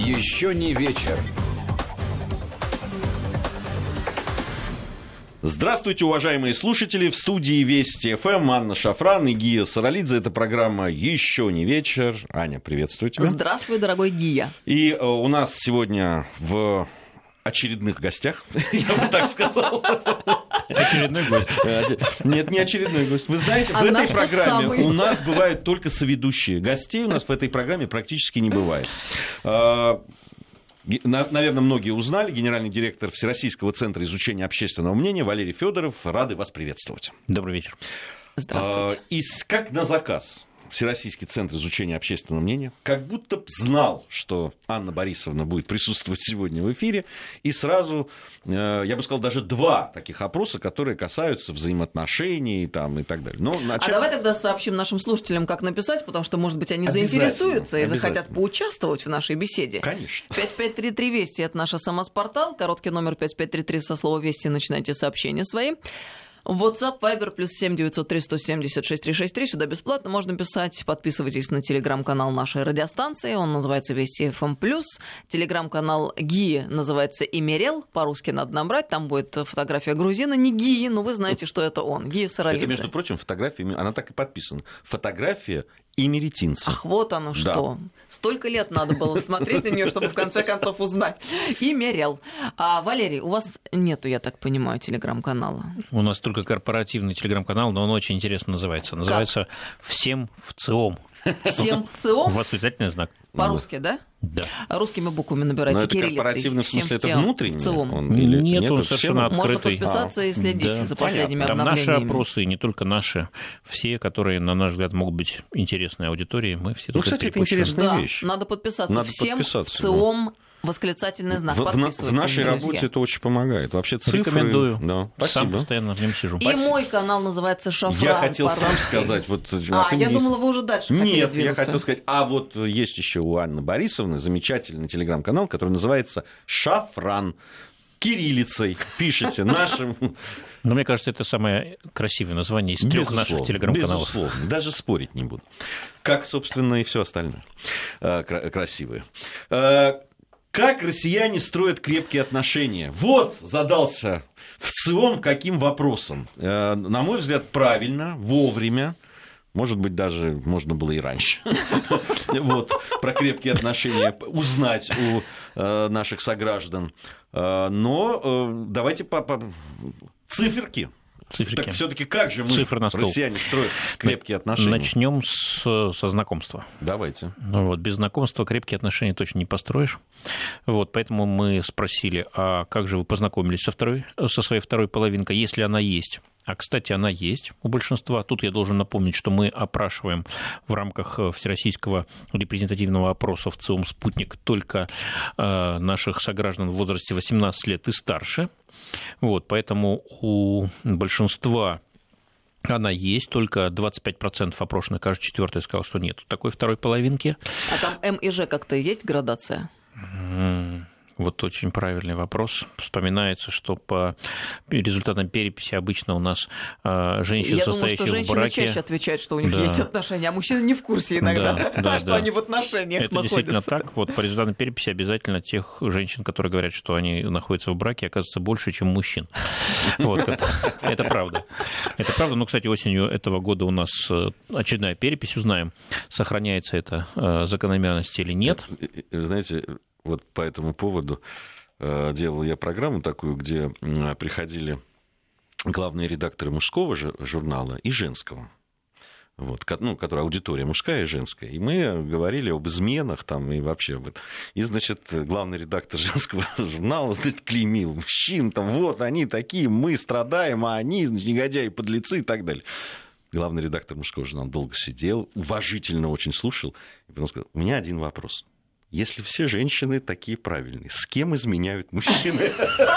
Еще не вечер. Здравствуйте, уважаемые слушатели. В студии Вести ФМ Анна Шафран и Гия Саралидзе. Это программа «Еще не вечер». Аня, приветствую тебя. Здравствуй, дорогой Гия. И у нас сегодня в очередных гостях, я бы так сказал. Очередной гость. Нет, не очередной гость. Вы знаете, в этой программе у нас бывают только соведущие. Гостей у нас в этой программе практически не бывает. Наверное, многие узнали. Генеральный директор Всероссийского центра изучения общественного мнения Валерий Федоров. Рады вас приветствовать. Добрый вечер. Здравствуйте. И как на заказ Всероссийский центр изучения общественного мнения как будто знал, что Анна Борисовна будет присутствовать сегодня в эфире, и сразу, я бы сказал, даже два таких опроса, которые касаются взаимоотношений там, и так далее. Но А давай тогда сообщим нашим слушателям, как написать, потому что, может быть, они заинтересуются и захотят поучаствовать в нашей беседе. Конечно. 5533 Вести — это наш СМС-портал, короткий номер 5533 со слова «Вести» начинайте сообщения свои. WhatsApp, Viber, +7 903 170 6363. Сюда бесплатно можно писать. Подписывайтесь на телеграм-канал нашей радиостанции. Он называется Вести ФМ+. Телеграм-канал Гии называется Имерел. По-русски надо набрать. Там будет фотография грузина. Не Гии, но вы знаете, что это он. Гия Саралидзе. Это, между прочим, фотография, она так и подписана. Фотография имеретинца. Ах, вот оно что. Да. Столько лет надо было смотреть на нее, чтобы в конце концов узнать. Имерел. Валерий, у вас нету, я так понимаю, телеграм-канала? У нас только корпоративный телеграм-канал, но он очень интересно называется. Называется «Всем в ЦИОМ». «Всем в ЦИОМ»? Восклицательный знак. По-русски, да? Да. Русскими буквами набирайте, кириллицей. Но это корпоративный, в смысле, это внутренний? Нет, он совершенно открытый. Можно подписаться и следить за последними обновлениями. Там наши опросы, не только наши, все, которые, на наш взгляд, могут быть интересной аудитории, мы все только кстати, это интересная вещь. Надо подписаться. Всем в ЦИОМ. Восклицательный знак. В нашей работе это очень помогает. Вообще цифры... Рекомендую. Да, сам постоянно в нем сижу. И мой канал называется «Шафран». Я хотел сам сказать... я думала, вы уже дальше хотели двигаться. Нет, я хотел сказать... А вот есть еще у Анны Борисовны замечательный телеграм-канал, который называется «Шафран». Кириллицей пишите нашим... Но мне кажется, это самое красивое название из трех наших телеграм-каналов. Безусловно, даже спорить не буду. Как, собственно, и все остальное красивое. Как россияне строят крепкие отношения? Вот задался в ЦИОМ каким вопросом. На мой взгляд, правильно, вовремя. Может быть, даже можно было и раньше. Вот, про крепкие отношения узнать у наших сограждан. Но давайте циферки. Так все-таки как же мы, россияне, строят крепкие отношения? Начнем со знакомства. Давайте. Без знакомства крепкие отношения точно не построишь. Поэтому мы спросили, а как же вы познакомились со своей второй половинкой, если она есть? А, кстати, она есть у большинства. Тут я должен напомнить, что мы опрашиваем в рамках всероссийского репрезентативного опроса в ЦИОМ «Спутник» только наших сограждан в возрасте 18 лет и старше. Поэтому у большинства она есть, только 25% опрошенных, каждый четвертый сказал, что нет такой второй половинки. А там М и Ж как-то есть градация? Очень правильный вопрос. Вспоминается, что по результатам переписи обычно у нас женщины, состоящие в браке... Я думаю, что женщины чаще отвечают, что у них есть отношения, а мужчины не в курсе иногда, что они в отношениях это находятся. Это действительно так. По результатам переписи обязательно тех женщин, которые говорят, что они находятся в браке, оказывается больше, чем мужчин. Это правда. Это правда. Но, кстати, осенью этого года у нас очередная перепись. Узнаем, сохраняется эта закономерность или нет. Знаете... по этому поводу делал я программу такую, где приходили главные редакторы мужского журнала и женского. Которая аудитория мужская и женская. И мы говорили об изменах там, и вообще об этом. И, главный редактор женского журнала, клеймил мужчин, они такие, мы страдаем, а они, негодяи, подлецы и так далее. Главный редактор мужского журнала долго сидел, уважительно очень слушал, и потом сказал, у меня один вопрос. Если все женщины такие правильные, с кем изменяют мужчины?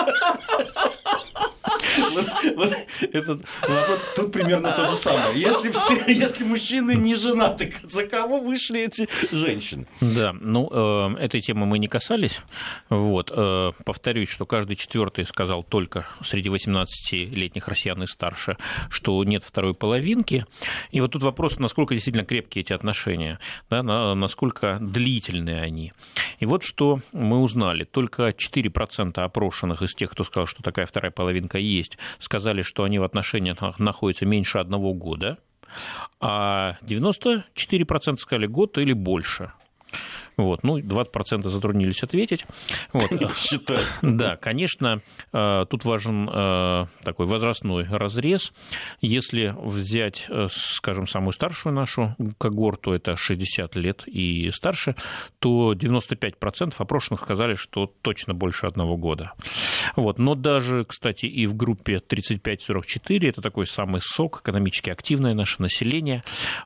Тут примерно то же самое. Если мужчины не женаты, за кого вышли эти женщины? Да, этой темы мы не касались. Повторюсь, что каждый четвертый сказал только среди 18-летних россиян и старше, что нет второй половинки. И тут вопрос, насколько действительно крепкие эти отношения, да, насколько длительные они. И вот что мы узнали. Только 4% опрошенных из тех, кто сказал, что такая вторая половинка есть, сказали, что они в отношениях находятся меньше 1 года, а 94% сказали год или больше. Вот, 20% затруднились ответить. Вот. Считаю. Да, конечно, тут важен такой возрастной разрез. Если взять, скажем, самую старшую нашу когорту, это 60 лет и старше, то 95% опрошенных сказали, что точно больше 1 года. Вот. Но даже, кстати, и в группе 35-44, это такой самый сок, экономически активное наше население,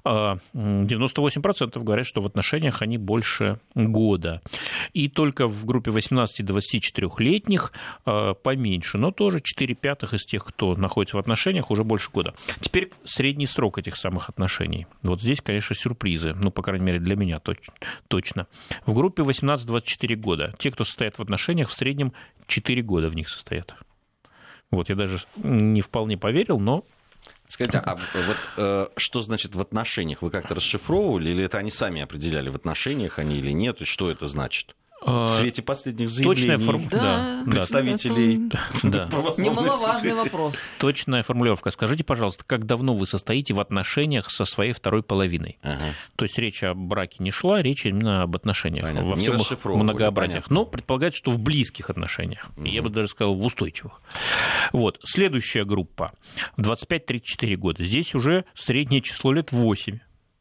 98% говорят, что в отношениях они больше года. И только в группе 18-24-летних поменьше, но тоже 4/5 из тех, кто находится в отношениях, уже больше года. Теперь средний срок этих самых отношений. Вот здесь, конечно, сюрпризы, по крайней мере, для меня точно. В группе 18-24 года те, кто состоят в отношениях, в среднем 4 года в них состоят. Вот, я даже не вполне поверил, но... Скажите, а вот что значит в отношениях? Вы как-то расшифровывали, или это они сами определяли, в отношениях они или нет, и что это значит? В свете последних заявлений представителей православной немаловажный церкви. вопрос. Точная формулировка. Скажите, пожалуйста, как давно вы состоите в отношениях со своей второй половиной? Ага. То есть речь о браке не шла, речь именно об отношениях. Понятно. Во Не всем их расшифровывали, многообразиях. понятно. Но предполагается, что в близких отношениях. Я бы даже сказал, в устойчивых. Вот. Следующая группа. 25-34 года. Здесь уже среднее число лет 8.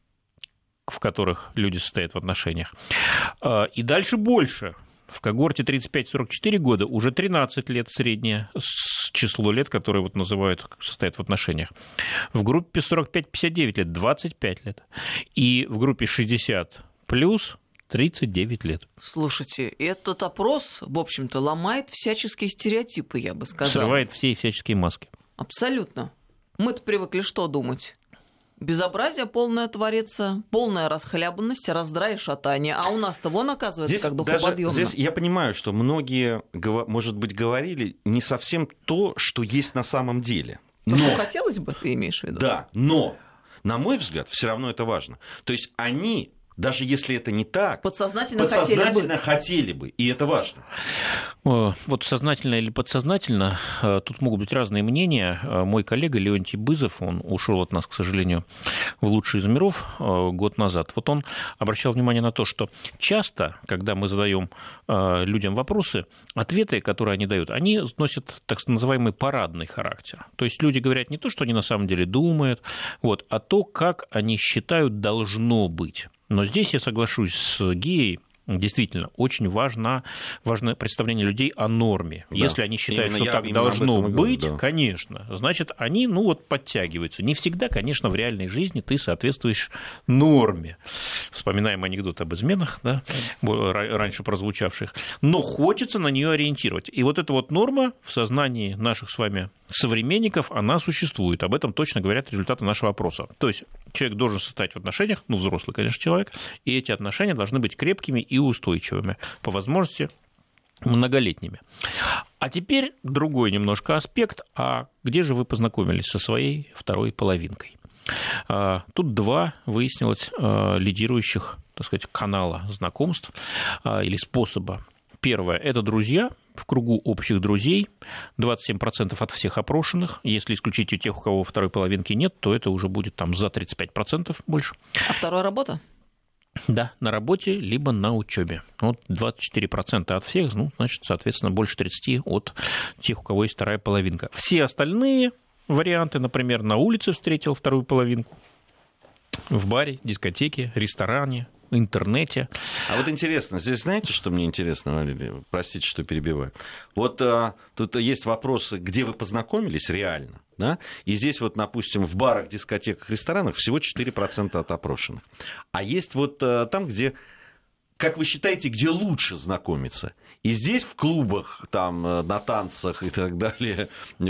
В которых люди состоят в отношениях. И дальше больше. В когорте 35-44 года уже 13 лет среднее число лет, которые вот называют, состоят в отношениях. В группе 45-59 лет 25 лет. И в группе 60 плюс 39 лет. Слушайте, этот опрос, в общем-то, ломает всяческие стереотипы, я бы сказала. Срывает все всяческие маски. Абсолютно. Мы-то привыкли что думать? Безобразие полное творится, полная расхлябанность, раздрай и шатание. А у нас-то вон, оказывается, Здесь как духоподъемно. Здесь я понимаю, что многие, может быть, говорили не совсем то, что есть на самом деле. То, что хотелось бы, ты имеешь в виду? Да, но, на мой взгляд, все равно это важно. То есть они, даже если это не так, подсознательно хотели бы, и это важно. Вот сознательно или подсознательно, тут могут быть разные мнения. Мой коллега Леонтий Бызов, он ушел от нас, к сожалению, в лучший из миров год назад. Вот он обращал внимание на то, что часто, когда мы задаем людям вопросы, ответы, которые они дают, они носят так называемый парадный характер. То есть люди говорят не то, что они на самом деле думают, а то, как они считают должно быть. Но здесь я соглашусь с Геей. Действительно, очень важно представление людей о норме. Да. Если они считают, что так должно быть, да. Конечно, значит, они подтягиваются. Не всегда, конечно, в реальной жизни ты соответствуешь норме. Вспоминаем анекдот об изменах, да, раньше прозвучавших. Но хочется на нее ориентировать. И вот эта норма в сознании наших с вами современников, она существует. Об этом точно говорят результаты нашего опроса. То есть человек должен состоять в отношениях, взрослый, конечно, человек, и эти отношения должны быть крепкими и устойчивыми, по возможности многолетними. А теперь другой немножко аспект. А где же вы познакомились со своей второй половинкой? Тут два выяснилось лидирующих, так сказать, канала знакомств или способа. Первое – это друзья, в кругу общих друзей, 27% от всех опрошенных. Если исключить у тех, у кого второй половинки нет, то это уже будет за 35% больше. А вторая работа? Да, на работе, либо на учебе. 24% от всех, значит, соответственно, больше 30% от тех, у кого есть вторая половинка. Все остальные варианты, например, на улице встретил вторую половинку, в баре, дискотеке, ресторане, интернете. А интересно, здесь знаете, что мне интересно, Валерий? Простите, что перебиваю. Тут есть вопросы, где вы познакомились реально, да? И здесь допустим, в барах, дискотеках, ресторанах всего 4% от опрошенных. А есть там, где, как вы считаете, где лучше знакомиться? И здесь в клубах, на танцах и так далее,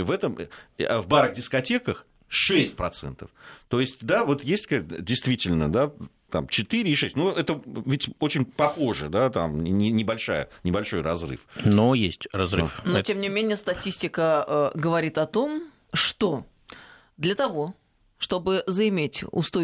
в барах, дискотеках 6%. То есть, да, есть действительно, да, 4 и 6. Это ведь очень похоже, да, небольшой разрыв. Но есть разрыв. Но, тем не менее, статистика говорит о том, что для того, чтобы заиметь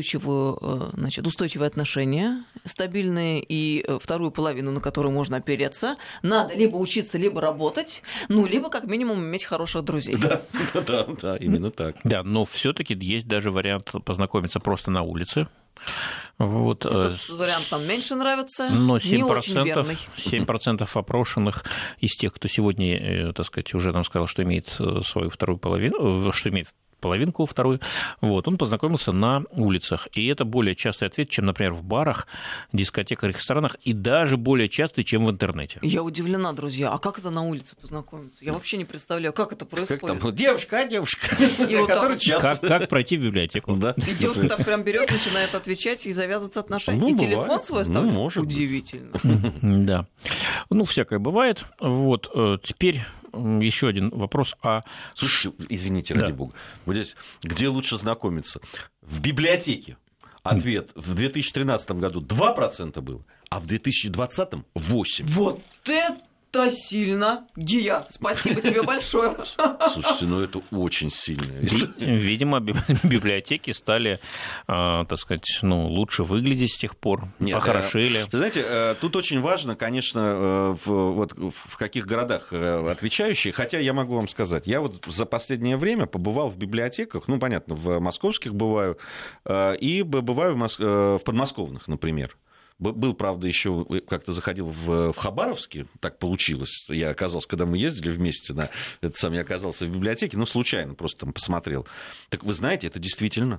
устойчивые отношения, стабильные, и вторую половину, на которую можно опереться, надо либо учиться, либо работать, либо как минимум иметь хороших друзей. Да, именно так. Да, но все-таки есть даже вариант познакомиться просто на улице. Вот. Этот вариант нам меньше нравится, но 7%, не очень верный. 7% опрошенных из тех, кто сегодня, так сказать, уже нам сказал, что имеет свою вторую половину, что имеет половинку вторую, вот, он познакомился на улицах. И это более частый ответ, чем, например, в барах, дискотеках, ресторанах, и даже более частый, чем в интернете. Я удивлена, друзья. А как это на улице познакомиться? Я вообще не представляю, как это происходит. Как там? Девушка. И вот как пройти в библиотеку? Да. И девушка так прям берет, начинает отвечать и завязываться отношения. И телефон свой оставляет? Может быть. Удивительно. Да. Всякое бывает. Вот. Теперь еще один вопрос. Слушайте, извините, ради бога. Вот здесь, где лучше знакомиться? В библиотеке. Ответ. В 2013 году 2% было, а в 2020 – 8%. Вот это сильно. Гия, спасибо тебе большое. Слушайте, это очень сильно. Видимо, библиотеки стали, так сказать, лучше выглядеть с тех пор, похорошели. Знаете, тут очень важно, конечно, в каких городах отвечающие, хотя я могу вам сказать, я вот за последнее время побывал в библиотеках, понятно, в московских бываю, и бываю в подмосковных, например. Был, правда, еще как-то заходил в Хабаровске, так получилось. Я оказался, когда мы ездили вместе, я оказался в библиотеке, случайно просто там посмотрел. Так вы знаете, это действительно,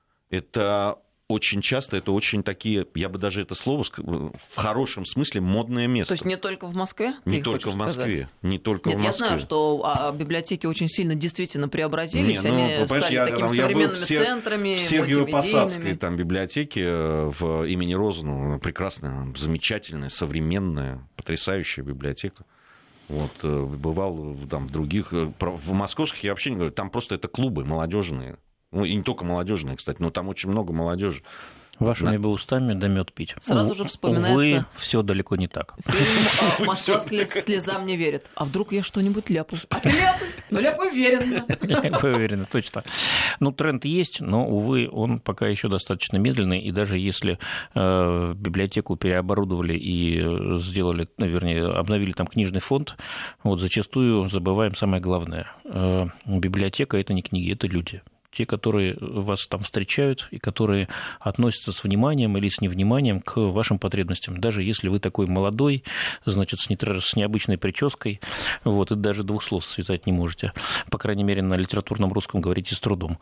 это очень часто, это очень такие, я бы даже это слово в хорошем смысле модное место. То есть не только в Москве? Не только в Москве. Не только в Москве. Я знаю, что библиотеки очень сильно действительно преобразились, они стали такими современными центрами, в Сергиево-Посадской там библиотеке имени Розанова, прекрасная, замечательная, современная, потрясающая библиотека. Вот, бывал там в других, в московских я вообще не говорю, там просто это клубы молодежные. И не только молодежные, кстати, но там очень много молодежи. Вашими бы устами да мед пить. Сразу же вспоминается... Увы, все далеко не так. Фильм «Москва слезам не верит». А вдруг я что-нибудь ляпаю? А ты ляпай, но ляпай уверенно. Ляпай уверенно, точно. Тренд есть, но, увы, он пока еще достаточно медленный. И даже если библиотеку переоборудовали и сделали, обновили там книжный фонд, зачастую забываем самое главное. Библиотека – это не книги, это люди. Те, которые вас там встречают и которые относятся с вниманием или с невниманием к вашим потребностям. Даже если вы такой молодой, значит, с необычной прической, и даже двух слов связать не можете. По крайней мере, на литературном русском говорите с трудом.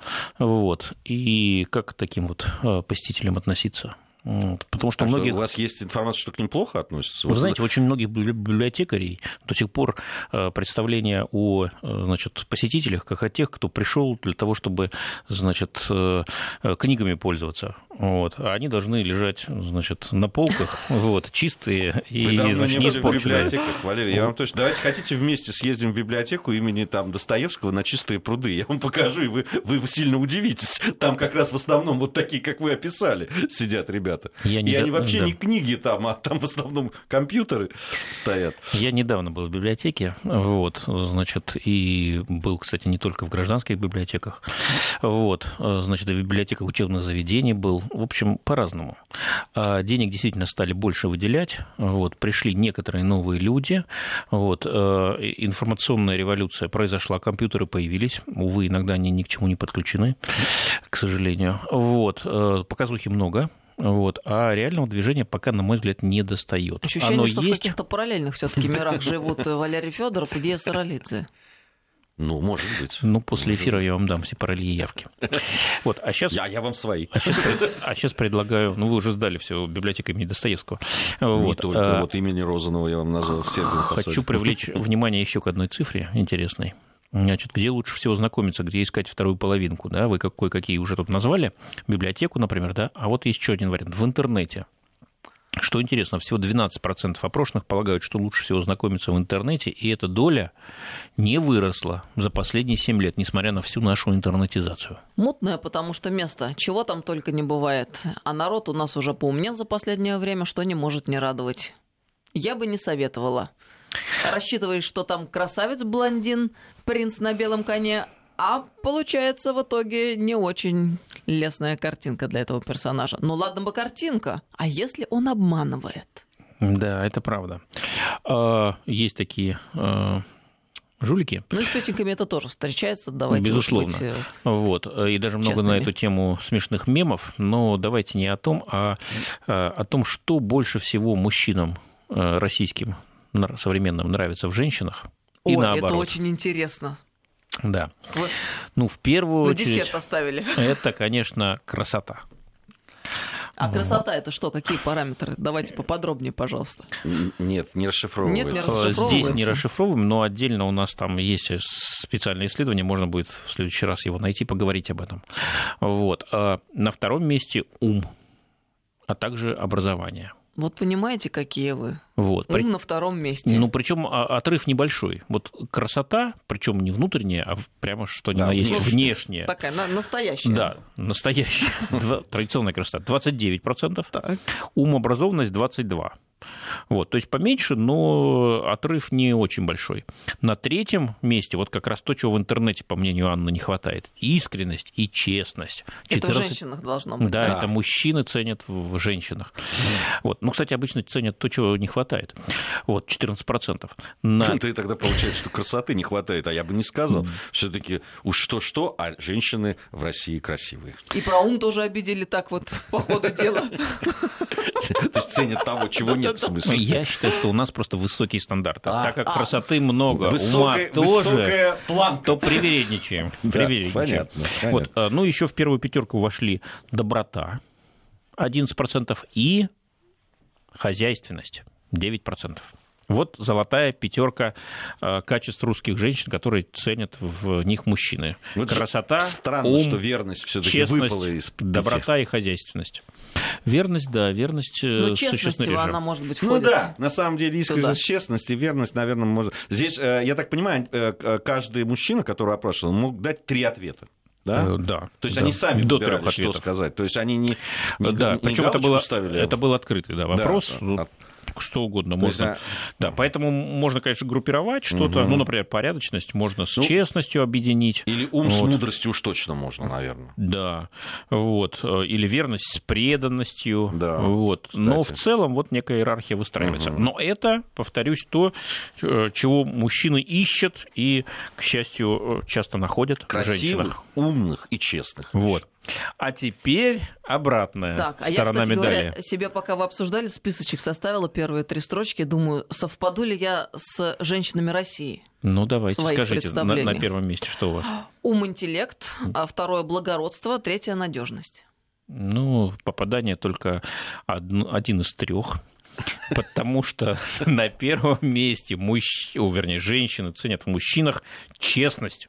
И как к таким посетителям относиться? Потому что у вас есть информация, что к ним плохо относятся? Вы знаете, очень многих библиотекарей до сих пор представление о посетителях как о тех, кто пришел для того, чтобы книгами пользоваться. А они должны лежать на полках, чистые и не испорченные. Валерий, я вам точно... Давайте хотите вместе съездим в библиотеку имени Достоевского на Чистые пруды. Я вам покажу, и вы сильно удивитесь. Там как раз в основном такие, как вы описали, сидят ребята. Они вообще не книги там, а там в основном компьютеры стоят. Я недавно был в библиотеке, и был, кстати, не только в гражданских библиотеках, и в библиотеках учебных заведений был, в общем, по-разному. Денег действительно стали больше выделять, пришли некоторые новые люди, информационная революция произошла, компьютеры появились, увы, иногда они ни к чему не подключены, к сожалению, показухи много. А реального движения пока, на мой взгляд, не достает. Ощущение, что в каких-то параллельных все-таки мирах живут Валерий Федоров и Гия Саралидзе. Может быть. После эфира я вам дам все пароли и явки. А сейчас... Я вам свои. А сейчас предлагаю... вы уже сдали все библиотека имени Достоевского. Не только. Имени Розанова я вам назвал всех. Хочу привлечь внимание еще к одной цифре интересной. Где лучше всего знакомиться, где искать вторую половинку, да? Вы кое-какие уже тут назвали, библиотеку, например, да? А есть еще один вариант, в интернете. Что интересно, всего 12% опрошенных полагают, что лучше всего знакомиться в интернете, и эта доля не выросла за последние 7 лет, несмотря на всю нашу интернетизацию. Мутное, потому что место, чего там только не бывает. А народ у нас уже поумнел за последнее время, что не может не радовать. Я бы не советовала. Рассчитываешь, что там красавец-блондин, принц на белом коне, а получается в итоге не очень. Лесная картинка для этого персонажа. Ну ладно бы картинка, а если он обманывает? Да, это правда. Есть такие жулики. Ну и с тетеньками это тоже встречается, давайте. Безусловно. Вот. И даже много честными. на эту тему смешных мемов, но давайте не о том, а о том, что больше всего мужчинам российским современным нравится в женщинах. И наоборот. Это очень интересно. Да. Вот. Ну, в первую На очередь, десерт оставили. это, конечно, красота. А красота это что? Какие параметры? Давайте поподробнее, пожалуйста. Нет, не расшифровывается. Нет, не расшифровывается. Здесь не расшифровываем, но отдельно у нас там есть специальное исследование, можно будет в следующий раз его найти, поговорить об этом. Вот. На втором месте ум, а также образование. Вот понимаете, какие вы? Вот. Ум на втором месте. Ну, причем отрыв небольшой. Вот красота, причем не внутренняя, а прямо что ни на есть внешняя. Такая настоящая. Да, настоящая. Традиционная красота 29%, Так. умообразованность 22%. Вот, то есть поменьше, но отрыв не очень большой. На третьем месте вот как раз то, чего в интернете, по мнению Анны, не хватает. Искренность и честность. Это в женщинах должно быть. Да, это мужчины ценят в женщинах. Вот. Ну, кстати, обычно ценят то, чего не хватает. Вот, 14%. Ты тогда получается, что красоты не хватает, а я бы не сказал. Все-таки уж что-что, а женщины в России красивые. И про ум тоже обидели так вот по ходу дела. То есть ценят того, чего нет в смысле. Я считаю, что у нас просто высокие стандарты. Так как красоты много, высокая, ума тоже, высокая планка. то привередничаем. Да, понятно. Вот, ну, еще в первую пятерку вошли доброта 11% и хозяйственность 9%. Вот золотая пятерка качеств русских женщин, которые ценят в них мужчины. Вот красота, странно, ум, что верность все-таки честность, выпала из пяти. доброта и хозяйственность. Верность, да, верность существенно честность реже. она, может быть, Ну входит. да, на самом деле искренность, Туда. честность и верность, наверное, может... Здесь, я так понимаю, каждый мужчина, который опрашивал, мог дать 3 ответа. Да? Да. То есть да. они сами до выбирали, 3 что ответов. сказать. То есть они не Да, причем ставили. это был открытый вопрос. Да. Что угодно можно. есть, Да, поэтому можно, конечно, группировать что-то. Ну, например, порядочность можно с честностью объединить. Или ум с мудростью уж точно можно, наверное. Да, вот. Или верность с преданностью. Да, вот. кстати. Но в целом вот некая иерархия выстраивается. Но это, повторюсь, то, чего мужчины ищут и, к счастью, часто находят в женщинах. Красивых, умных и честных. Вот. А теперь обратная Так, а я, сторона кстати медали. говоря, себе пока вы обсуждали, списочек составила, первые 3 строчки, думаю, совпаду ли я с женщинами России? Ну, давайте, своих скажите, на представлениях. первом месте, что у вас? Ум, интеллект, а второе благородство, третье надежность. Ну, попадание только один из 3. Потому что на первом месте женщины ценят в мужчинах честность.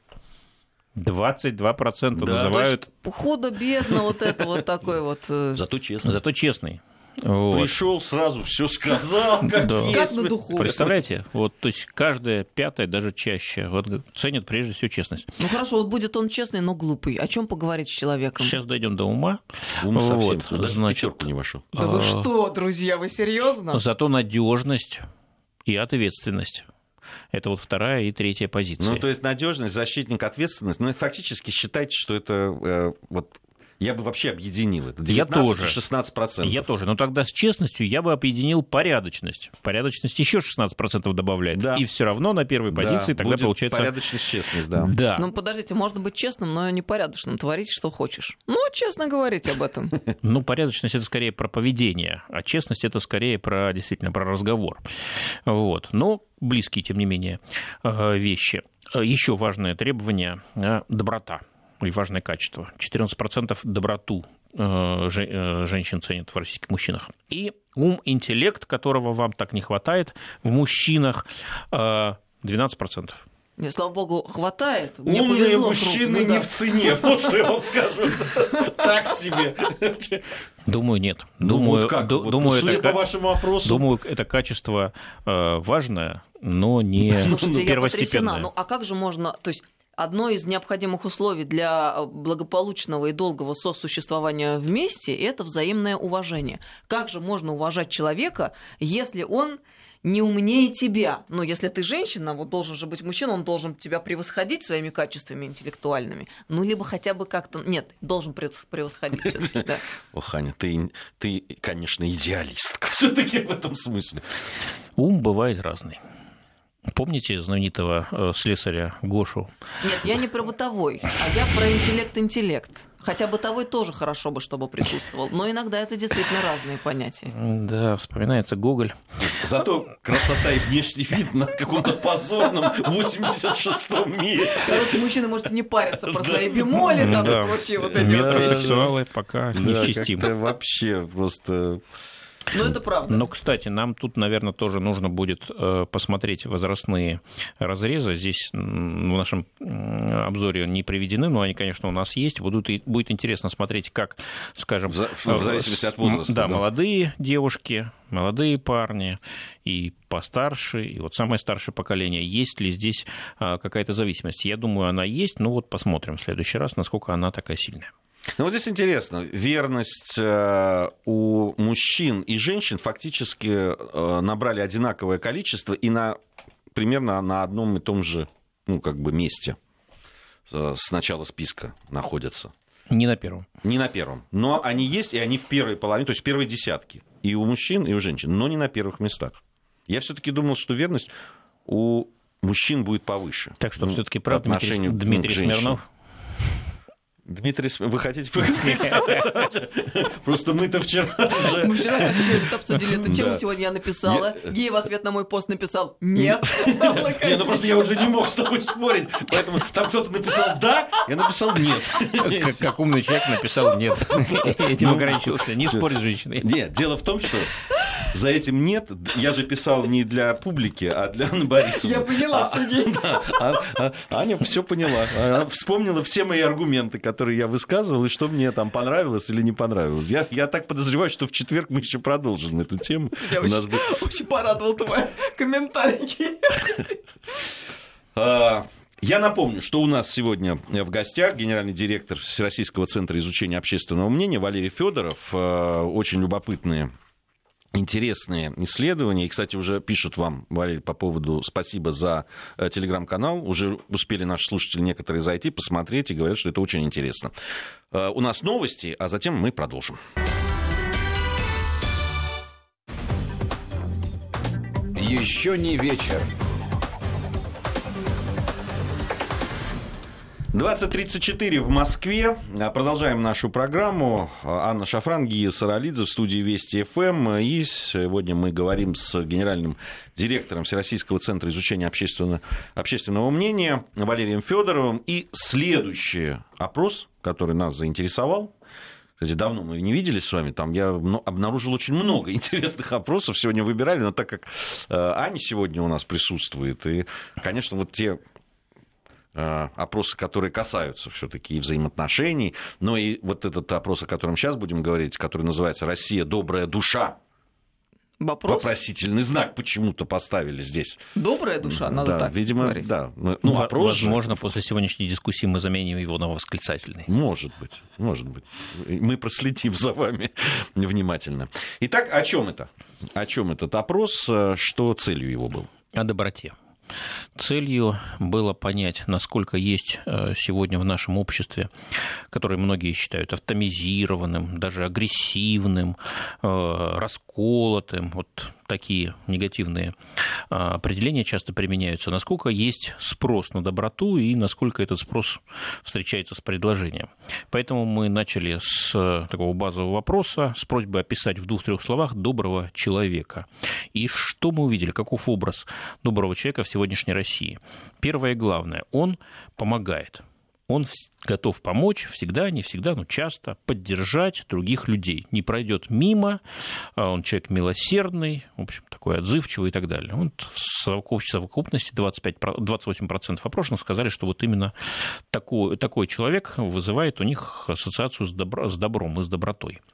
22% называют... Худо-бедно вот это вот такой вот... Зато честно. Зато честный. Вот. Пришел, сразу все сказал, как Да. есть. Как на духу. Представляете, вот, то есть каждая пятая, даже чаще, вот, ценят прежде всего честность. Ну хорошо, вот будет он честный, но глупый. О чем поговорить с человеком? Сейчас дойдем до ума. Ум совсем, Вот, даже в значит, пятерку не вошел. Да вы что, друзья, вы серьезно? Зато надежность и ответственность. Это вот вторая и третья позиция. Ну, то есть надежность, защитник, ответственность. Ну, фактически считайте, что это вот я бы вообще объединил это. 19-16%. Я тоже. Но тогда с честностью я бы объединил порядочность. Порядочность еще 16% добавляет. Да. И все равно на первой позиции тогда будет получается... порядочность, честность, да. Да. Ну, подождите, можно быть честным, но непорядочным. Творить, что хочешь. Ну, честно говорить об этом. Ну, порядочность — это скорее про поведение, а честность — это скорее про, действительно, про разговор. Вот. Но близкие, тем не менее, вещи. Еще важное требование — доброта. И важное качество. 14% доброту женщин ценят в российских мужчинах. И ум, интеллект, которого вам так не хватает в мужчинах, 12%. Мне, слава богу, хватает. Мне Умные повезло мужчины крупно, не да. в цене. Вот что я вам скажу. Так себе. Думаю, нет. Ну, Думаю, вот как? думаю, Судя это, по вашему опросу. думаю, это качество важное, но не Слушайте, я потрясена. первостепенное. Ну, а как же можно... То есть одно из необходимых условий для благополучного и долгого сосуществования вместе – это взаимное уважение. Как же можно уважать человека, если он не умнее тебя? Ну, если ты женщина, вот должен же быть мужчина, он должен тебя превосходить своими качествами интеллектуальными. Ну, либо хотя бы как-то... Нет, должен превосходить всё-таки, да. Ох, Аня, ты, конечно, идеалистка все-таки в этом смысле. Ум бывает разный. Помните знаменитого слесаря Гошу? Нет, я не про бытовой, а я про интеллект. Хотя бытовой тоже хорошо бы, чтобы присутствовал. Но иногда это действительно разные понятия. Да, вспоминается Гоголь. Зато красота и внешний вид на каком-то позорном 86-м месте. Короче, мужчины можете не париться про свои бемоли там и прочие вот эти вот вещи. Метросексуалы пока не в чести. Это вообще просто... Ну, это правда. Но, кстати, нам тут, наверное, тоже нужно будет посмотреть возрастные разрезы. Здесь в нашем обзоре не приведены, но они, конечно, у нас есть. Будет интересно смотреть, как, скажем... В зависимости от возраста. Да, молодые девушки, молодые парни и постарше, и вот самое старшее поколение. Есть ли здесь какая-то зависимость? Я думаю, она есть, но вот посмотрим в следующий раз, насколько она такая сильная. Ну, вот здесь интересно. Верность у мужчин и женщин фактически набрали одинаковое количество и примерно на одном и том же месте с начала списка находятся. Не на первом. Не на первом. Но они есть, и они в первой половине, то есть в первой десятке. И у мужчин, и у женщин, но не на первых местах. Я все-таки думал, что верность у мужчин будет повыше. Так что все-таки прав Дмитрий Смирнов? Дмитрий, вы хотите поговорить? Просто мы-то вчера уже... Мы вчера как следует обсудили эту тему, сегодня я написала. Гей в ответ на мой пост написал «нет». Не, ну просто я уже не мог с тобой спорить, поэтому там кто-то написал «да», я написал «нет». Как умный человек написал «нет». Этим ограничился. Не спорь с женщиной. Нет, дело в том, что за этим «нет» я же писал не для публики, а для Анны Борисовны. Я поняла, Сергей. Аня все поняла. Она вспомнила все мои аргументы, которые я высказывал, и что мне там понравилось или не понравилось. Я так подозреваю, что в четверг мы еще продолжим эту тему. Я очень порадовал твой комментарий. Я напомню, что у нас сегодня в гостях генеральный директор Всероссийского центра изучения общественного мнения Валерий Федоров. Очень любопытные, интересные исследования. И, кстати, уже пишут вам, Валерий, по поводу спасибо за телеграм-канал. Уже успели наши слушатели некоторые зайти, посмотреть и говорят, что это очень интересно. У нас новости, а затем мы продолжим. Еще не вечер. 20:34 в Москве. Продолжаем нашу программу. Анна Шафран, Гия Саралидзе в студии Вести ФМ. И сегодня мы говорим с генеральным директором Всероссийского центра изучения общественного мнения Валерием Федоровым. И следующий опрос, который нас заинтересовал. Кстати, давно мы не виделись с вами, там я обнаружил очень много интересных опросов, сегодня выбирали, но так как Аня сегодня у нас присутствует, и, конечно, вот те опросы, которые касаются все-таки и взаимоотношений, но и вот этот опрос, о котором сейчас будем говорить, который называется «Россия. Добрая душа». Вопрос? Вопросительный знак почему-то поставили здесь. Добрая душа, надо так видимо, говорить. Да. Ну, возможно, после сегодняшней дискуссии мы заменим его на восклицательный. Может быть. Мы проследим за вами внимательно. Итак, о чем это? О чем этот опрос? Что целью его был? О доброте. Целью было понять, насколько есть сегодня в нашем обществе, которое многие считают автоматизированным, даже агрессивным, расколотым, вот такие негативные определения часто применяются, насколько есть спрос на доброту и насколько этот спрос встречается с предложением. Поэтому мы начали с такого базового вопроса, с просьбой описать в 2-3 словах доброго человека. И что мы увидели, каков образ доброго человека в сегодняшней России? Первое и главное, он помогает. Он готов помочь всегда, не всегда, но часто поддержать других людей. Не пройдет мимо, он человек милосердный, в общем, такой отзывчивый и так далее. Он в совокупности 28% опрошенных сказали, что вот именно такой человек вызывает у них ассоциацию с добром и с добротой.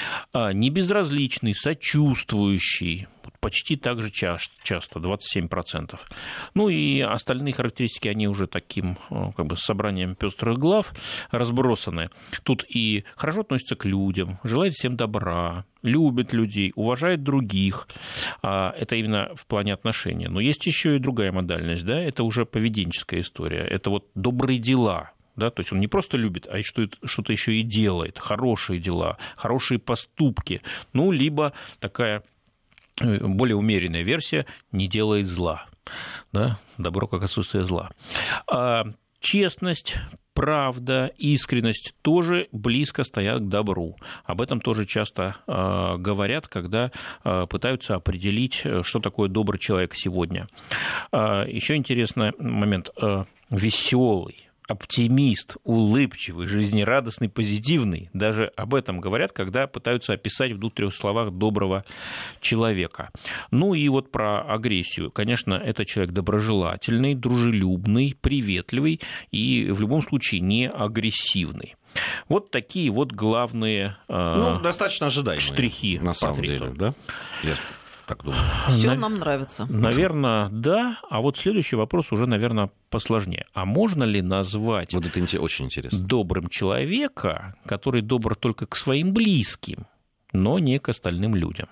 Небезразличный, сочувствующий, почти так же часто, 27%. Ну и остальные характеристики, они уже таким как бы собранием пестрых глав разбросаны. Тут и хорошо относится к людям, желает всем добра, любит людей, уважает других. Это именно в плане отношений. Но есть еще и другая модальность, да, это уже поведенческая история. Это вот добрые дела. Да, то есть он не просто любит, а что-то еще и делает. Хорошие дела, хорошие поступки. Ну, либо такая более умеренная версия не делает зла. Да? Добро как отсутствие зла. Честность, правда, искренность тоже близко стоят к добру. Об этом тоже часто говорят, когда пытаются определить, что такое добрый человек сегодня. Еще интересный момент. Веселый, оптимист, улыбчивый, жизнерадостный, позитивный. Даже об этом говорят, когда пытаются описать в 2-3 словах доброго человека. Ну и вот про агрессию. Конечно, это человек доброжелательный, дружелюбный, приветливый и в любом случае не агрессивный. Вот такие вот главные достаточно ожидаемые штрихи на самом деле, да? Я так думаю. Все нам нравится. Наверное, да. А вот следующий вопрос уже, наверное, посложнее. А можно ли назвать вот это очень интересно. Добрым человека, который добр только к своим близким, но не к остальным людям?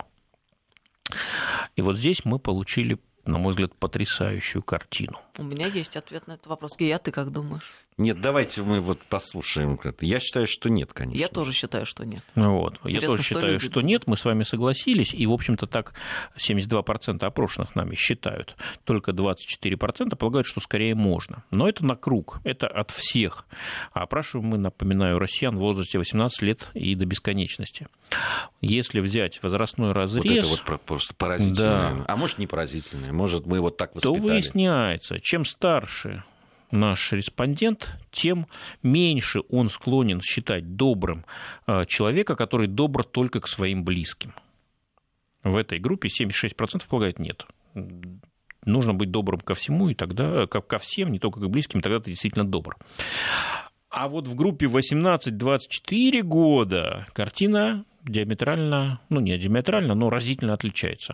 И вот здесь мы получили, на мой взгляд, потрясающую картину. У меня есть ответ на этот вопрос. Гия, ты как думаешь? Нет, давайте мы вот послушаем. Я считаю, что нет, конечно. Я тоже считаю, что нет. Вот. Я тоже считаю, что нет. Мы с вами согласились. И, в общем-то, так 72% опрошенных нами считают. Только 24% полагают, что скорее можно. Но это на круг. Это от всех. А опрашиваем мы, напоминаю, россиян в возрасте 18 лет и до бесконечности. Если взять возрастной разрез... Вот это вот просто поразительное. Да. А может, не поразительное. Может, мы вот так воспитали. То выясняется, чем старше наш респондент, тем меньше он склонен считать добрым человека, который добр только к своим близким. В этой группе 76% полагают нет. Нужно быть добрым ко всему, и тогда ко всем, не только к близким, тогда ты действительно добр. А вот в группе 18-24 года картина диаметрально, не диаметрально, но разительно отличается.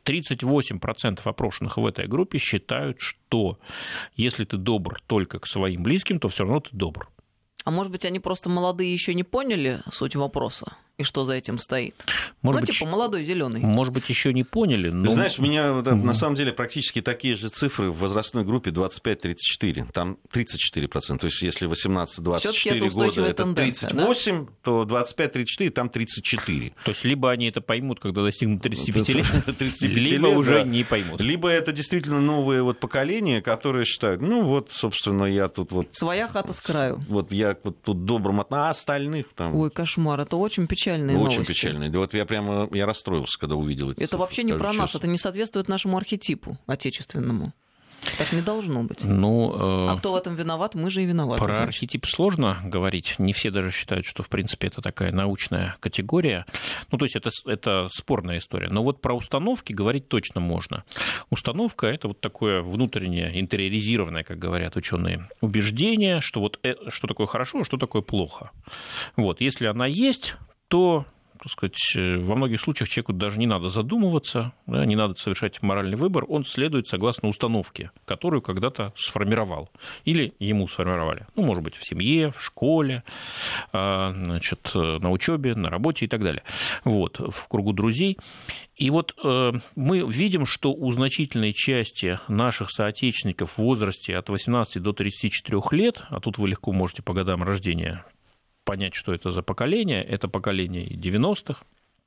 38% опрошенных в этой группе считают, что если ты добр только к своим близким, то все равно ты добр. А может быть, они просто молодые еще не поняли суть вопроса и что за этим стоит? Может быть, молодой зеленый. Может быть, еще не поняли, но... Ты знаешь, у меня на самом деле практически такие же цифры в возрастной группе 25-34. Там 34%. То есть, если 18-24 года это 38, да? То 25-34 там 34. То есть, либо они это поймут, когда достигнут 35 лет, либо уже не поймут. Либо это действительно новое вот поколение, которое считают, собственно, я тут вот... Своя хата с краю. Вот я вот тут добрым, а остальных там... Ой, кошмар, это очень печальные новости. Очень печальные. Вот я расстроился, когда увидел это. Это вообще не про нас, это не соответствует нашему архетипу отечественному. Так не должно быть. А кто в этом виноват? Мы же и виноваты. Про архетип сложно говорить. Не все даже считают, что, в принципе, это такая научная категория. То есть это спорная история. Но вот про установки говорить точно можно. Установка – это вот такое внутреннее, интериоризированное, как говорят ученые, убеждение, что что такое хорошо, а что такое плохо. Вот. Если она есть, то... так сказать, во многих случаях человеку даже не надо задумываться, да, не надо совершать моральный выбор, он следует согласно установке, которую когда-то сформировал или ему сформировали. Может быть, в семье, в школе, значит, на учебе, на работе и так далее. Вот, в кругу друзей. И вот мы видим, что у значительной части наших соотечественников в возрасте от 18 до 34 лет, а тут вы легко можете по годам рождения понять, что это за поколение. Это поколение 90-х,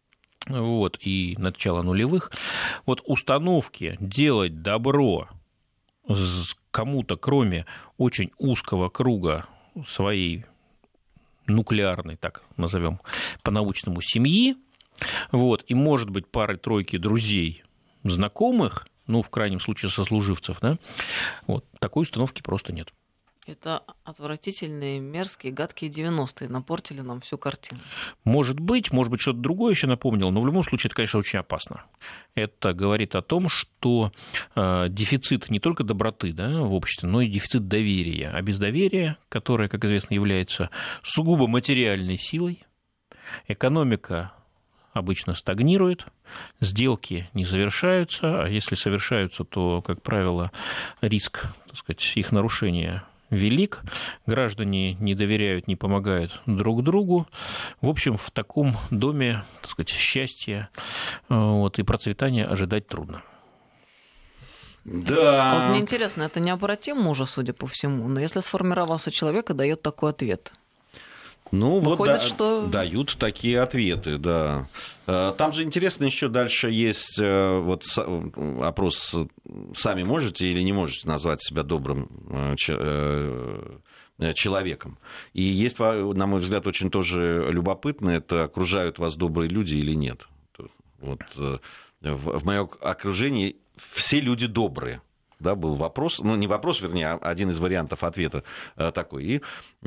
и начало нулевых. Вот установки делать добро кому-то, кроме очень узкого круга своей нуклеарной, так назовем, по-научному, семьи, и, может быть, пары-тройки друзей, знакомых, в крайнем случае сослуживцев, да, такой установки просто нет. Это отвратительные, мерзкие, гадкие 90-е напортили нам всю картину. Может быть, что-то другое еще напомнил, но в любом случае это, конечно, очень опасно. Это говорит о том, что дефицит не только доброты, да, в обществе, но и дефицит доверия. А без доверия, которое, как известно, является сугубо материальной силой, экономика обычно стагнирует, сделки не завершаются, а если совершаются, то, как правило, риск, так сказать, их нарушения велик, граждане не доверяют, не помогают друг другу. В общем, в таком доме, так сказать, счастья и процветания ожидать трудно. Да. Вот мне интересно, это необратимо уже, судя по всему, но если сформировался человек и дает такой ответ. Ну, выходит, вот что... дают такие ответы, да. Там же интересно еще дальше есть вот опрос, сами можете или не можете назвать себя добрым человеком. И есть, на мой взгляд, очень тоже любопытно, это окружают вас добрые люди или нет. Вот в моем окружении все люди добрые. Да, был вопрос, ну не вопрос, вернее, а один из вариантов ответа такой. И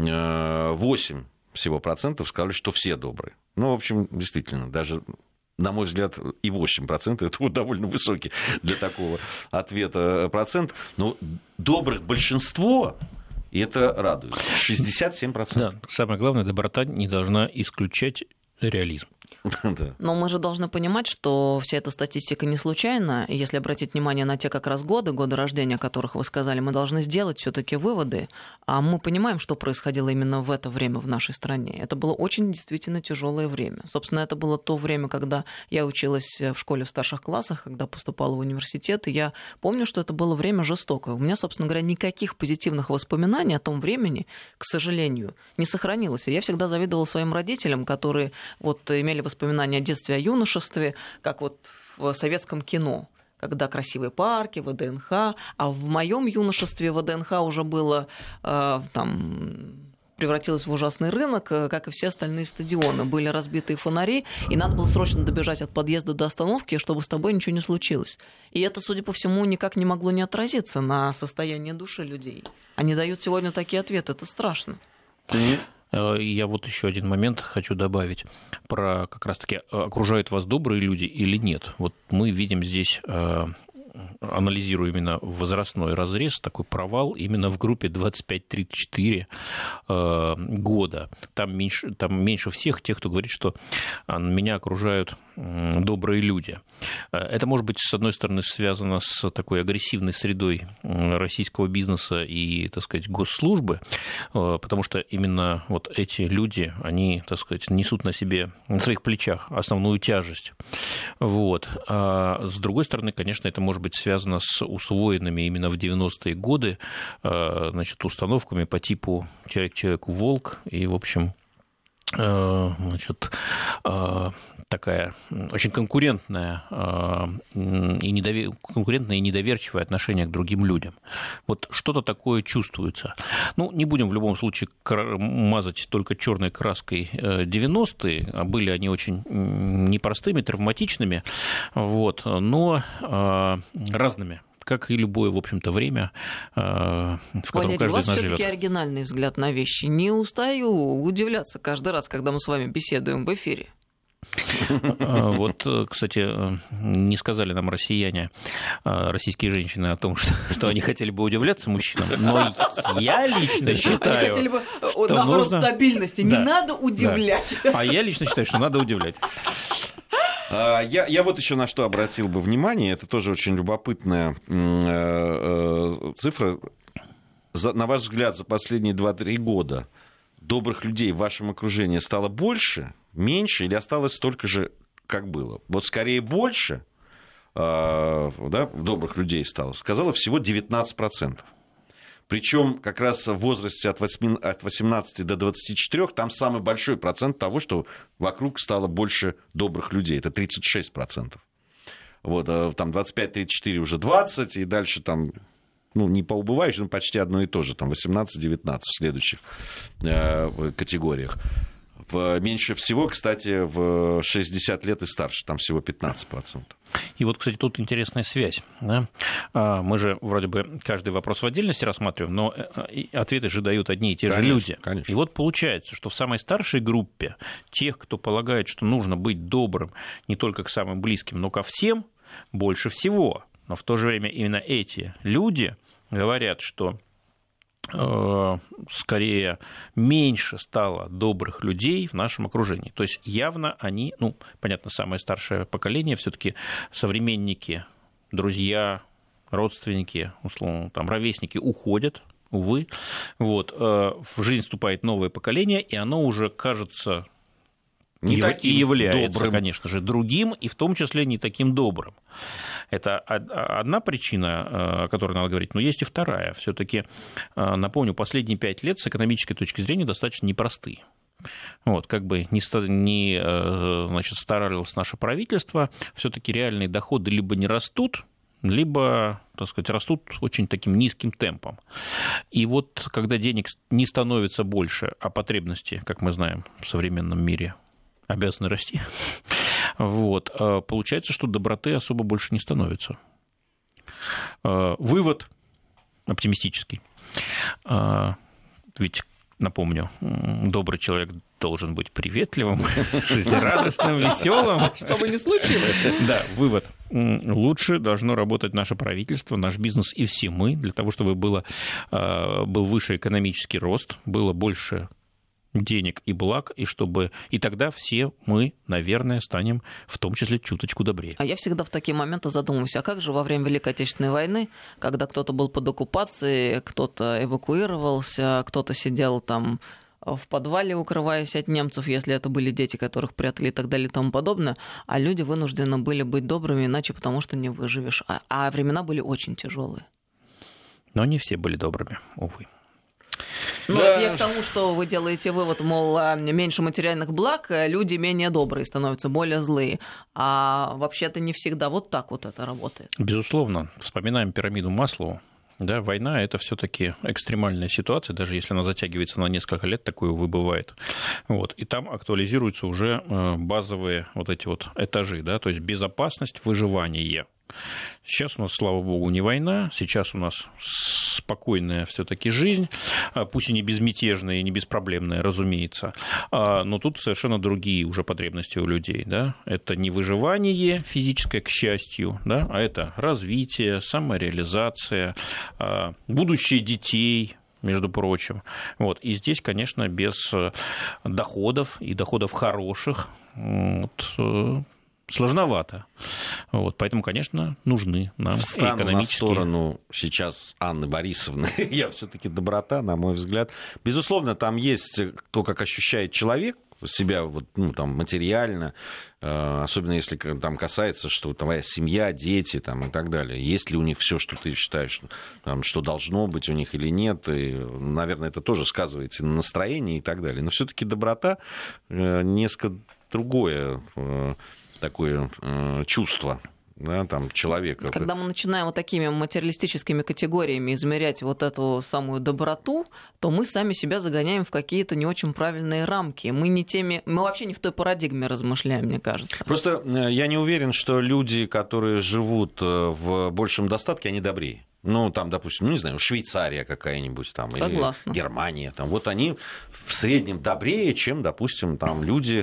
8% всего сказали, что все добрые. Ну, в общем, действительно, даже, на мой взгляд, и 8% это вот довольно высокий для такого ответа процент. Но добрых большинство, и это радует. 67%. Да, самое главное, доброта не должна исключать реализм. Да. Но мы же должны понимать, что вся эта статистика не случайна. И если обратить внимание на те как раз годы рождения, о которых вы сказали, мы должны сделать все-таки выводы. А мы понимаем, что происходило именно в это время в нашей стране. Это было очень действительно тяжелое время. Собственно, это было то время, когда я училась в школе в старших классах, когда поступала в университет. И я помню, что это было время жестокое. У меня, собственно говоря, никаких позитивных воспоминаний о том времени, к сожалению, не сохранилось. И я всегда завидовала своим родителям, которые вот имели воспоминания о детстве, о юношестве, как вот в советском кино, когда красивые парки, ВДНХ, а в моем юношестве ВДНХ уже было превратилось в ужасный рынок, как и все остальные стадионы. Были разбитые фонари, и надо было срочно добежать от подъезда до остановки, чтобы с тобой ничего не случилось. И это, судя по всему, никак не могло не отразиться на состоянии души людей. Они дают сегодня такие ответы, это страшно. Я вот еще один момент хочу добавить про как раз-таки окружают вас добрые люди или нет. Вот мы видим здесь, анализируя именно возрастной разрез, такой провал именно в группе 25-34 года. Там меньше всех тех, кто говорит, что меня окружают добрые люди. Это может быть, с одной стороны, связано с такой агрессивной средой российского бизнеса и, так сказать, госслужбы, потому что именно вот эти люди, они, так сказать, несут на себе, на своих плечах основную тяжесть. Вот. А с другой стороны, конечно, это может быть связано с усвоенными именно в 90-е годы, значит, установками по типу «человек человеку волк», и, в общем, значит, такая очень конкурентное и недоверчивое отношение к другим людям. Вот что-то такое чувствуется. Ну, не будем в любом случае мазать только черной краской 90-е, а были они очень непростыми, травматичными, вот, но разными, как и любое, в общем-то, время, в котором Валерий, каждый из нас живет. у вас все-таки оригинальный взгляд на вещи. Не устаю удивляться каждый раз, когда мы с вами беседуем в эфире. Вот, кстати, не сказали нам россияне, российские женщины, о том, что они хотели бы удивляться мужчинам, но я лично считаю... Они хотели бы, наоборот, стабильности, не надо удивлять. А я лично считаю, что надо удивлять. Я вот еще на что обратил бы внимание, это тоже очень любопытная цифра. На ваш взгляд, за последние 2-3 года добрых людей в вашем окружении стало больше, меньше или осталось столько же, как было? Вот скорее больше, да, добрых людей стало, сказала всего 19%. Причем как раз в возрасте от 18 до 24 там самый большой процент того, что вокруг стало больше добрых людей. Это 36%. Вот, там 25-34 уже 20, и дальше там, ну, не по убывающим, но почти одно и то же, там 18-19 в следующих категориях. Меньше всего, кстати, в 60 лет и старше, там всего 15%. И вот, кстати, тут интересная связь. Да? Мы же вроде бы каждый вопрос в отдельности рассматриваем, но ответы же дают одни и те же люди. Конечно. И вот получается, что в самой старшей группе тех, кто полагает, что нужно быть добрым не только к самым близким, но ко всем, больше всего. Но в то же время именно эти люди говорят, что скорее меньше стало добрых людей в нашем окружении. То есть явно они, понятно, самое старшее поколение, все-таки современники, друзья, родственники, условно, там, ровесники уходят, увы. Вот, в жизнь вступает новое поколение, и оно уже кажется и является, добрым, конечно же, другим, и в том числе не таким добрым. Это одна причина, о которой надо говорить, но есть и вторая. Все-таки, напомню, последние 5 лет с экономической точки зрения достаточно непростые. Вот, как бы ни старалось наше правительство, все-таки реальные доходы либо не растут, либо, так сказать, растут очень таким низким темпом. И вот когда денег не становится больше, а потребности, как мы знаем, в современном мире обязаны расти, вот, получается, что доброты особо больше не становится. Вывод оптимистический. Ведь, напомню, добрый человек должен быть приветливым, жизнерадостным, веселым. Что бы ни случилось. Да, вывод. Лучше должно работать наше правительство, наш бизнес и все мы, для того, чтобы был выше экономический рост, было больше денег и благ, и тогда все мы, наверное, станем в том числе чуточку добрее. А я всегда в такие моменты задумываюсь, а как же во время Великой Отечественной войны, когда кто-то был под оккупацией, кто-то эвакуировался, кто-то сидел там в подвале, укрываясь от немцев, если это были дети, которых прятали и так далее и тому подобное, а люди вынуждены были быть добрыми, иначе потому что не выживешь. А времена были очень тяжелые. Но не все были добрыми, увы. Ну, да. Это я к тому, что вы делаете вывод, мол, меньше материальных благ, люди менее добрые становятся, более злые. А вообще-то не всегда вот так вот это работает. Безусловно. Вспоминаем пирамиду Маслоу. Да, война – это все-таки экстремальная ситуация, даже если она затягивается на несколько лет, такое бывает. Вот, и там актуализируются уже базовые вот эти вот этажи, да, то есть безопасность, выживание. Сейчас у нас, слава богу, не война, сейчас у нас спокойная все-таки жизнь, пусть и не безмятежная и не беспроблемная, разумеется, но тут совершенно другие уже потребности у людей. Да? Это не выживание физическое, к счастью, да? А это развитие, самореализация, будущее детей, между прочим. Вот. И здесь, конечно, без доходов и доходов хороших сложновато. Вот, поэтому, конечно, нужны нам экономические... на сторону сейчас Анны Борисовны. Я все-таки доброта, на мой взгляд. Безусловно, там есть то, как ощущает человек себя вот, там, материально, особенно если там касается, что твоя семья, дети там, и так далее. Есть ли у них все, что ты считаешь, там, что должно быть у них или нет. И, наверное, это тоже сказывается на настроении и так далее. Но все-таки доброта несколько другое такое чувство, да, там, человека. Когда мы начинаем вот такими материалистическими категориями измерять вот эту самую доброту, то мы сами себя загоняем в какие-то не очень правильные рамки. Мы вообще не в той парадигме размышляем, мне кажется. Просто я не уверен, что люди, которые живут в большем достатке, они добрее. Ну, там, допустим, не знаю, Швейцария какая-нибудь, там, согласна. Или Германия. Там, вот они в среднем добрее, чем, допустим, там, люди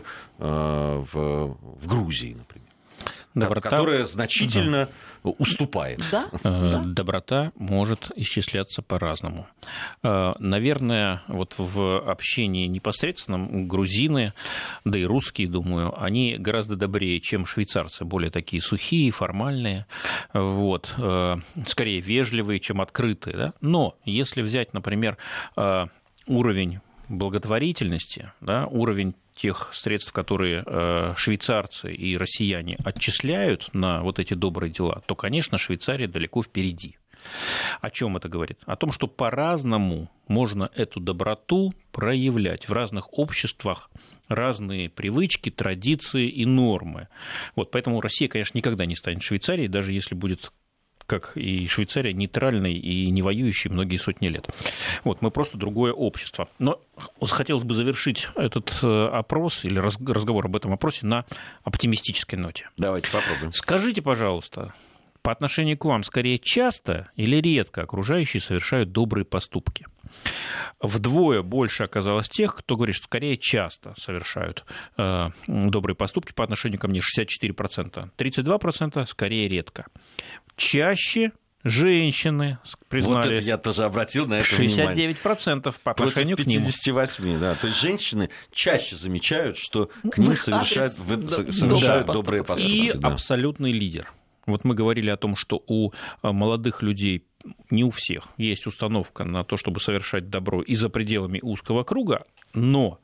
в Грузии, например. Доброта... Которая значительно уступает. Да? Доброта может исчисляться по-разному. Наверное, вот в общении непосредственном грузины, да и русские, думаю, они гораздо добрее, чем швейцарцы, более такие сухие, формальные, вот, скорее вежливые, чем открытые. Да? Но если взять, например, уровень благотворительности, да, уровень тех средств, которые швейцарцы и россияне отчисляют на вот эти добрые дела, то, конечно, Швейцария далеко впереди. О чем это говорит? О том, что по-разному можно эту доброту проявлять в разных обществах, разные привычки, традиции и нормы. Вот, поэтому Россия, конечно, никогда не станет Швейцарией, даже если будет, как и Швейцария, нейтральной и не воюющей многие сотни лет. Вот, мы просто другое общество. Но хотелось бы завершить этот опрос или разговор об этом опросе на оптимистической ноте. Давайте попробуем. Скажите, пожалуйста, по отношению к вам скорее часто или редко окружающие совершают добрые поступки? Вдвое больше оказалось тех, кто говорит, что скорее часто совершают добрые поступки по отношению ко мне, 64%. 32% скорее редко. Чаще женщины признали. Вот это я тоже обратил на это внимание. 69% по отношению к ним. 58%, да. То есть женщины чаще замечают, что к ним совершают добрые поступки. И абсолютный лидер. Вот мы говорили о том, что у молодых людей, не у всех, есть установка на то, чтобы совершать добро и за пределами узкого круга, но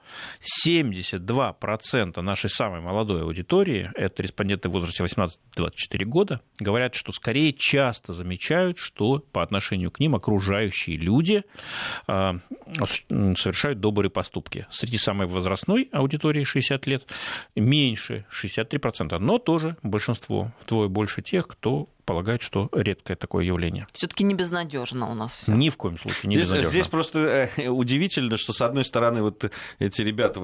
72% нашей самой молодой аудитории, это респонденты в возрасте 18-24 года, говорят, что скорее часто замечают, что по отношению к ним окружающие люди совершают добрые поступки. Среди самой возрастной аудитории 60 лет меньше 63%, но тоже большинство, вдвое больше тех, кто полагает, что редкое такое явление. Все-таки не безнадежно у нас всё. Ни в коем случае не безнадежно. Здесь просто удивительно, что, с одной стороны, вот эти ребята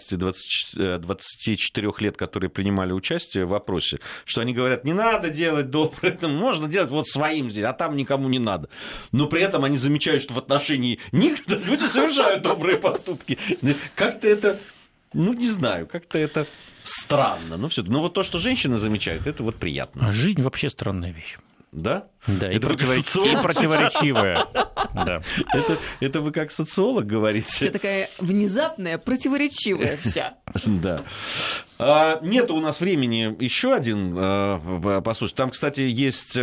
18-24 лет, которые принимали участие в опросе, что они говорят, не надо делать доброе, можно делать вот своим здесь, а там никому не надо. Но при этом они замечают, что в отношении них люди совершают добрые поступки. Как-то это, не знаю, как-то это странно. Но вот то, что женщины замечают, это вот приятно. Жизнь вообще странная вещь. Да? Да, и это противоречивая. Да. Это вы как социолог говорите? Вся такая внезапная, противоречивая вся. Да. Нету у нас времени еще один послушать. Там, кстати, есть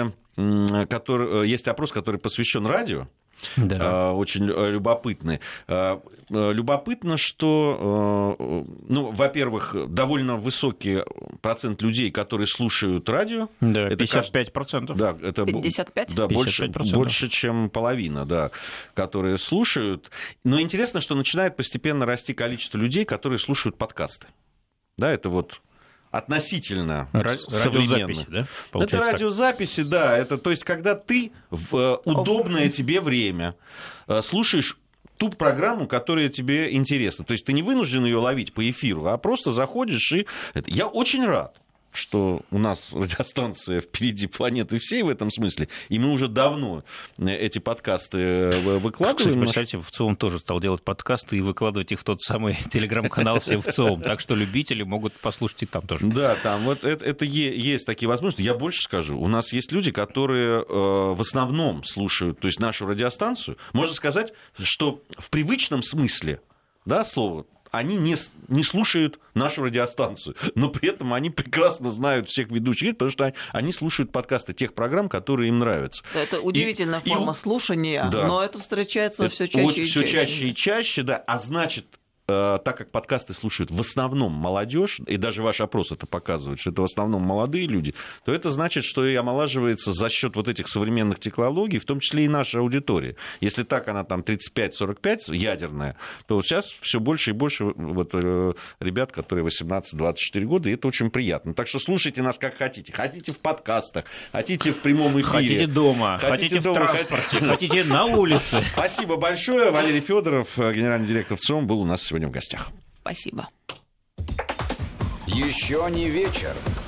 опрос, который посвящен радио. Да. Очень любопытный. Любопытно, что, во-первых, довольно высокий процент людей, которые слушают радио. Да, 55%. Да, это 55%? Да, 55%. Больше, чем половина, да, которые слушают. Но интересно, что начинает постепенно расти количество людей, которые слушают подкасты. Да, это вот относительно современных. Да? Это радиозаписи, да. Это, то есть, когда ты в удобное тебе время слушаешь ту программу, которая тебе интересна. То есть, ты не вынужден ее ловить по эфиру, а просто заходишь и... Я очень рад, что у нас радиостанция впереди планеты всей в этом смысле, и мы уже давно эти подкасты выкладываем. Кстати, представьте, ВЦИОМ тоже стал делать подкасты и выкладывать их в тот самый телеграм-канал «Все ВЦИОМ», так что любители могут послушать и там тоже. Да, там вот это есть такие возможности. Я больше скажу, у нас есть люди, которые в основном слушают, то есть нашу радиостанцию. Можно сказать, что в привычном смысле, да, слова, они не слушают нашу радиостанцию, но при этом они прекрасно знают всех ведущих, потому что они слушают подкасты тех программ, которые им нравятся. Это удивительная форма слушания, да. Но это встречается все чаще и чаще. Все чаще и чаще, да, а значит, так как подкасты слушают в основном молодежь, и даже ваш опрос это показывает, что это в основном молодые люди, то это значит, что и омолаживается за счет вот этих современных технологий, в том числе и наша аудитория. Если так она там 35-45 ядерная, то сейчас все больше и больше вот ребят, которые 18-24 года, и это очень приятно. Так что слушайте нас как хотите. Хотите в подкастах, хотите в прямом эфире. Хотите дома, хотите в транспорте, хотите на улице. Спасибо большое. Валерий Федоров, генеральный директор ВЦИОМ, был у нас сегодня в гостях. Спасибо. Еще не вечер.